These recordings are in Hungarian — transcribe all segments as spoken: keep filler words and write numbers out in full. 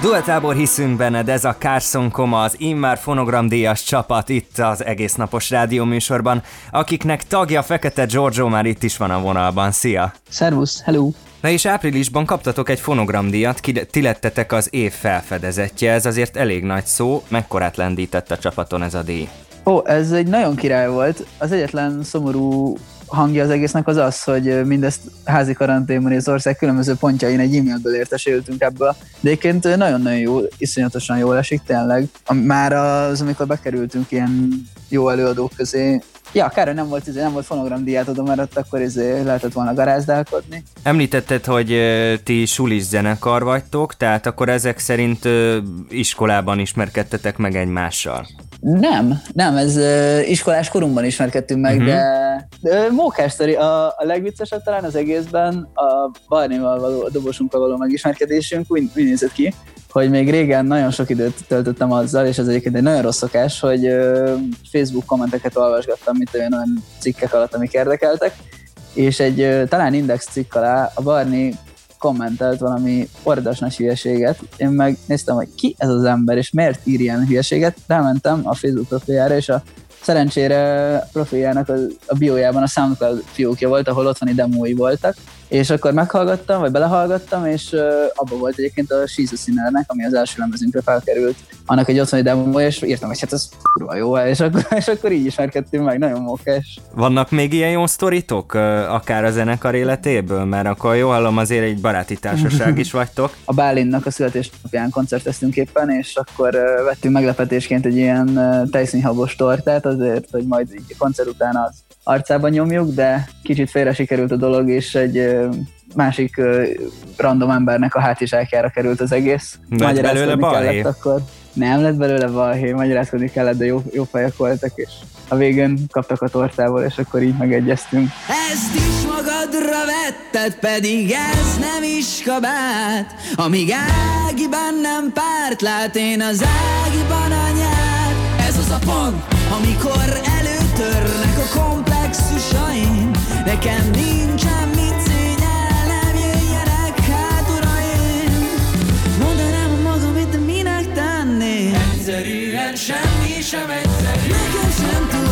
Duetábor, hiszünk benned, ez a Carson Coma, az immár fonogramdíjas csapat itt az egész napos rádióműsorban, akiknek tagja Fekete Giorgio már itt is van a vonalban. Szia! Szervusz, hello! Na és áprilisban kaptatok egy fonogramdíjat, ti lettetek az év felfedezetje, ez azért elég nagy szó, mekkorát lendített a csapaton ez a díj? Ó, ez egy nagyon király volt, az egyetlen szomorú hangja az egésznek az az, hogy mindezt házi karanténban az ország különböző pontjain egy e-mailből értesültünk ebből. De egyébként nagyon-nagyon jó, iszonyatosan jól esik tényleg. Már az, amikor bekerültünk ilyen jó előadók közé, ja, kár, hogy nem volt, nem volt fonogramdíját oda, mert ott akkor lehetett volna garázdálkodni. Említetted, hogy ti sulis zenekar vagytok, tehát akkor ezek szerint iskolában ismerkedtetek meg egymással. Nem, nem, ez uh, iskolás korunkban ismerkedtünk meg, uh-huh. de, de mókás sztori. A, a legviccesebb talán az egészben a Barnival való, a dobosunkkal való megismerkedésünk úgy, úgy nézett ki, hogy még régen nagyon sok időt töltöttem azzal, és ez egyébként egy nagyon rossz szokás, hogy uh, Facebook kommenteket olvasgattam, mint olyan, olyan cikkek alatt, amik érdekeltek, és egy uh, talán Index cikk alá a Barni kommentelt valami ordas nagy hülyeséget. Én meg néztem, hogy ki ez az ember, és miért ír ilyen hülyeséget. Rámentem a Facebook profiljára, és a szerencsére profiljának a, a biójában a SoundCloud fiókja volt, ahol otthoni demói voltak, és akkor meghallgattam, vagy belehallgattam, és uh, abban volt egyébként a She's a Sinnernek, ami az első lemezünkre felkerült, annak egy otthoni demója, és írtam, hogy hát ez kurva jó, és akkor, és akkor így ismerkedtünk meg, nagyon mókás. Vannak még ilyen jó sztoritok, akár a zenekar életéből? Mert akkor jól hallom, azért egy baráti társaság is vagytok. A Bálinnak a születésnapján koncerteztünk éppen, és akkor uh, vettünk meglepetésként egy ilyen uh, tejszínhabos tortát, azért, hogy majd így koncert után az arcában nyomjuk, de kicsit félre sikerült a dolog, és egy uh, másik uh, random embernek a hátizsákjára került az egész. Lett belőle balhé? Akkor. Nem lett belőle balhé, magyarázkodni kellett, de jó, jó fejek voltak, és a végén kaptak a tortából, és akkor így megegyeztünk. Ezt is magadra vetted, pedig ez nem is kabát, amíg Ági bennem párt lát, én az Ágiban anyád. Ez az a pont, amikor előtörnek a komplexusaim, nekem nincsen mit szégyel, nem jöjjenek hát uraim. Mondanám a magamit, de minek tenném? Egyszerűen semmi sem egyszerű. Nekem sem túl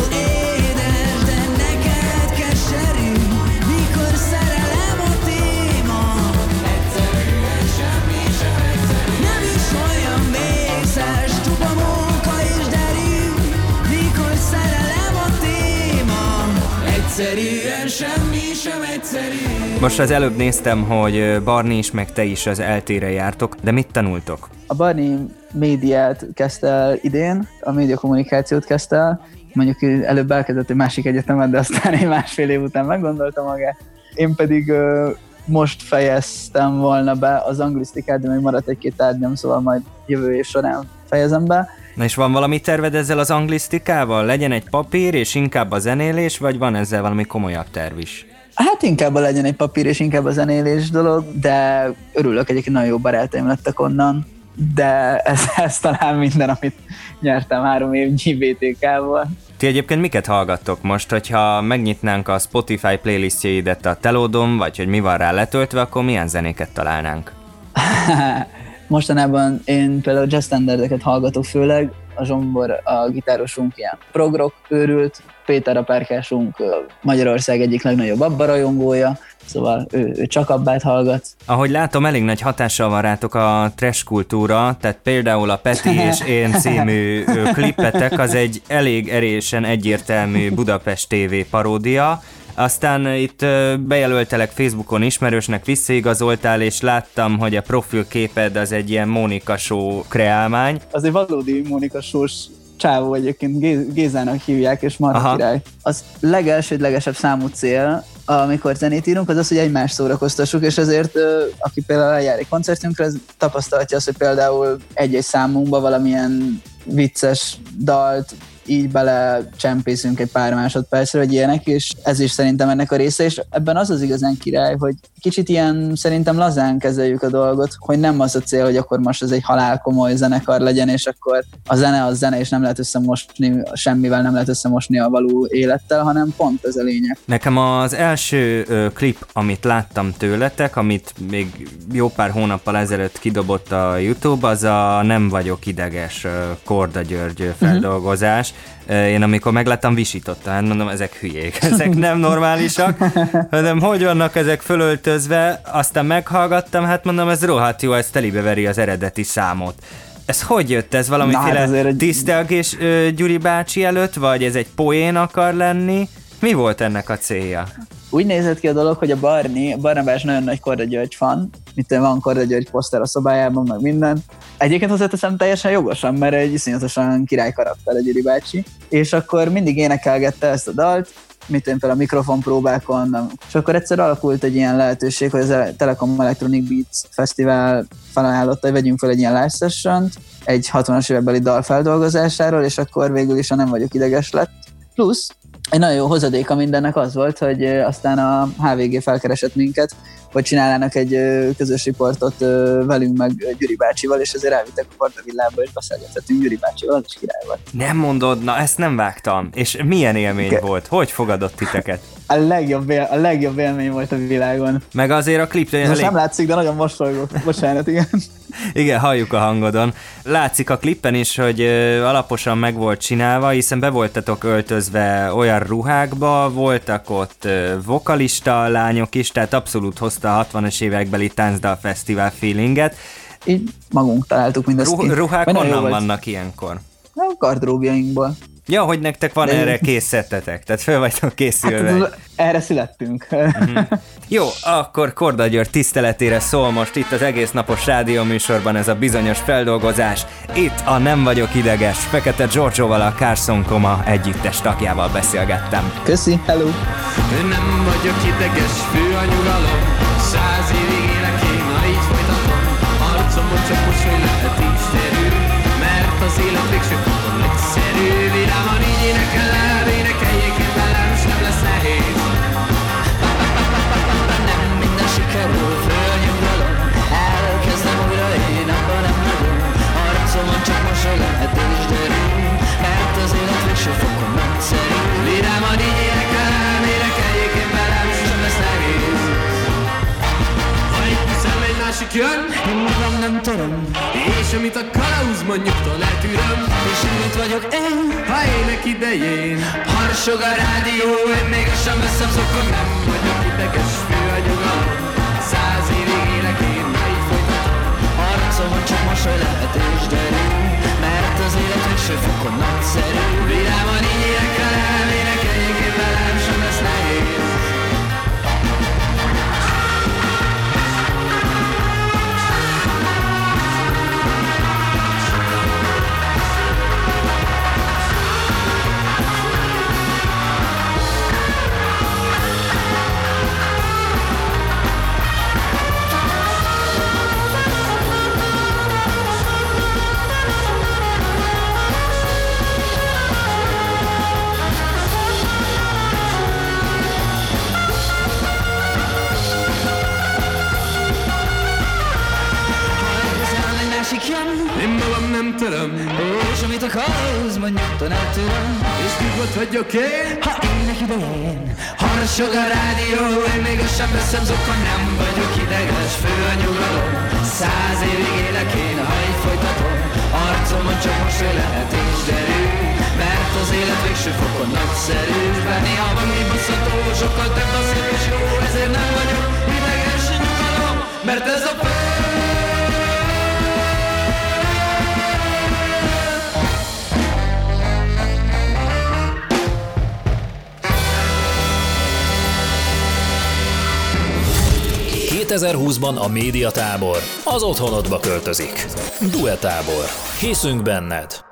édes, de neked keserű, mikor szerelem a téma. Egyszerűen semmi sem egyszerű. Nem is olyan vészes, csupa móka és derű, mikor szerelem a téma. Egyszerűen semmi sem egyszerű. Most az előbb néztem, hogy Barni is, meg te is az eltére jártok, de mit tanultok? A Barni médiát kezdte el idén, a médiakommunikációt kezdte el, mondjuk előbb elkezdett egy másik egyetemet, de aztán egy másfél év után meggondolta magát. Én pedig uh, most fejeztem volna be az anglisztikát, de még maradt egy-két tárgyam, szóval majd jövő év során fejezem be. Na és van valami terved ezzel az anglisztikával? Legyen egy papír és inkább a zenélés, vagy van ezzel valami komolyabb terv is? Hát inkább a legyen egy papír és inkább a zenélés dolog, de örülök, egyébként nagyon jó barátaim lettek onnan, de ez, ez talán minden, amit nyertem három év gé bé té ká-val. Ti egyébként miket hallgattok most, hogyha megnyitnánk a Spotify playlistjeidet a telódon, vagy hogy mi van rá letöltve, akkor milyen zenéket találnánk? Mostanában én például jazz standardeket hallgatok főleg, a Zsombor, a gitárosunk ilyen prog-rock őrült, Péter a perkásunk Magyarország egyik legnagyobb abba rajongója, szóval ő, ő csak abbát hallgat. Ahogy látom, elég nagy hatással van rátok a trash kultúra, tehát például a Peti és én című klippetek az egy elég erésen egyértelmű Budapest té vé paródia. Aztán itt bejelöltelek Facebookon ismerősnek, visszaigazoltál, és láttam, hogy a profilképed az egy ilyen Mónika Show kreálmány. Az egy valódi Mónika Show-s csávó egyébként, Gézának hívják, és marha király. Az legelsődlegesebb számú cél, amikor zenét írunk, az az, hogy egymást szórakoztassuk, és ezért aki például eljár egy koncertünkre, az tapasztalhatja azt, hogy például egy-egy számunkban valamilyen vicces dalt így bele csempészünk egy pár másodpercre, vagy ilyenek, és ez is szerintem ennek a része, és ebben az az igazán király, hogy kicsit ilyen szerintem lazán kezeljük a dolgot, hogy nem az a cél, hogy akkor most ez egy halál komoly zenekar legyen, és akkor a zene az zene, és nem lehet összemosni, semmivel nem lehet összemosni a való élettel, hanem pont ez a lényeg. Nekem az első ö, klip, amit láttam tőletek, amit még jó pár hónappal ezelőtt kidobott a YouTube, az a Nem vagyok ideges ö, Korda György feldolgozás. Uh-huh. Én amikor megláttam, visítottam, hát mondom, ezek hülyék, ezek nem normálisak, hanem hogy vannak ezek fölöltözve, aztán meghallgattam, hát mondom, ez rohadt jó, ez telibeveri az eredeti számot. Ez hogy jött? Ez valamiféle hát egy... tisztelgés ö, Gyuri bácsi előtt, vagy ez egy poén akar lenni? Mi volt ennek a célja? Úgy nézett ki a dolog, hogy a Barni, a Barnabás nagyon nagy Korda György fan, mint van Korda György poszter a szobájában, meg minden. Egyébként hozzáteszem teljesen jogosan, mert egy iszonyatosan király karakter a Gyuri bácsi, és akkor mindig énekelgette ezt a dalt, mint én fel a mikrofonpróbákon, és akkor egyszer alakult egy ilyen lehetőség, hogy az Telekom Electronic Beats Fesztivál felajánlotta, hogy vegyünk fel egy ilyen live sessiont, egy hatvanas évekbeli dal feldolgozásáról, és akkor végül is a Nem vagyok ideges lett. Plusz egy nagyon jó hozadéka mindennek az volt, hogy aztán a há vé gé felkeresett minket, hogy csinálnának egy közös riportot velünk meg Gyuri bácsival, és ezért elvittek a Kordavillába, és beszélgethettünk Gyuri bácsival, az is király volt. Nem mondod, na ezt nem vágtam. És milyen élmény okay. volt? Hogy fogadott titeket? A legjobb, él, a legjobb élmény volt a világon. Meg azért a klip... Most elég... nem látszik, de nagyon mosolygok. Bocsánat, igen. Igen, halljuk a hangodon. Látszik a klippen is, hogy ö, alaposan meg volt csinálva, hiszen be voltatok öltözve olyan ruhákba, voltak ott ö, vokalista lányok is, tehát abszolút hozta a hatvanas évekbeli táncdal fesztivál feelinget. Így magunk találtuk mindezt Ruh- ki. Ruhák honnan vannak ilyenkor? A gardróbjainkból. Ja, hogy nektek van de erre készítettetek, tehát fel vagytok készülve. Hát, erre születtünk. Mm-hmm. Jó, akkor Korda György tiszteletére szól most itt az egész napos rádióműsorban ez a bizonyos feldolgozás. Itt a Nem vagyok ideges, Fekete Giorgioval, a Carson Coma együttes tagjával beszélgettem. Köszi, hello! Nem vagyok ideges, fő a nyugalom, száz évig élek én, ha így folytatom. Arcomon csak mosoly lehet is terül, mert az élet végső fokon egyszerű. Vidáman így énekelem, énekeljék én velem, s nem lesz nehéz. Nem minden sikerül, fölnyugalom, elkezdem újra, én abban nem vagyok. Arcomon csak mosoly lehet és derül, mert az élet végső fokon egyszerű. Vidáman így énekelem, énekeljék én velem, s nem lesz nehéz. Ha egy puszem egy másik jön, én magam nem tudom, és amit a kalauz mondjuktól eltűröm, és mit vagyok én, ha ének idején harsog a rádió, én még azt sem veszem szokon, nem vagyok ideges, fő a nyugalom, száz évig élek én, ha így folytatom. Arcomon csak mosoly lehet és derül, mert az élet végső fokon nagyszerű. Vidáman így énekelem, énekeljék én velem, sem lesz nehéz. Én magam nem töröm, és amit a kalauz mondjuktól eltűröm, és nyugodt vagyok én, ha ének idején harsog a rádió, én még azt sem veszem zokon, nem vagyok ideges, fő a nyugalom, száz évig élek én, ha így folytatom. Arcomon csak mosoly lehet és derül, mert az élet végső fokon nagyszerű. Bár néha valami bosszantó, sokkal több a szép és jó, ezért nem vagyok ideges nyugalom, mert ez a fő. kétezer-húszban a Médiatábor az otthonodba költözik. Duetábor. Hiszünk benned.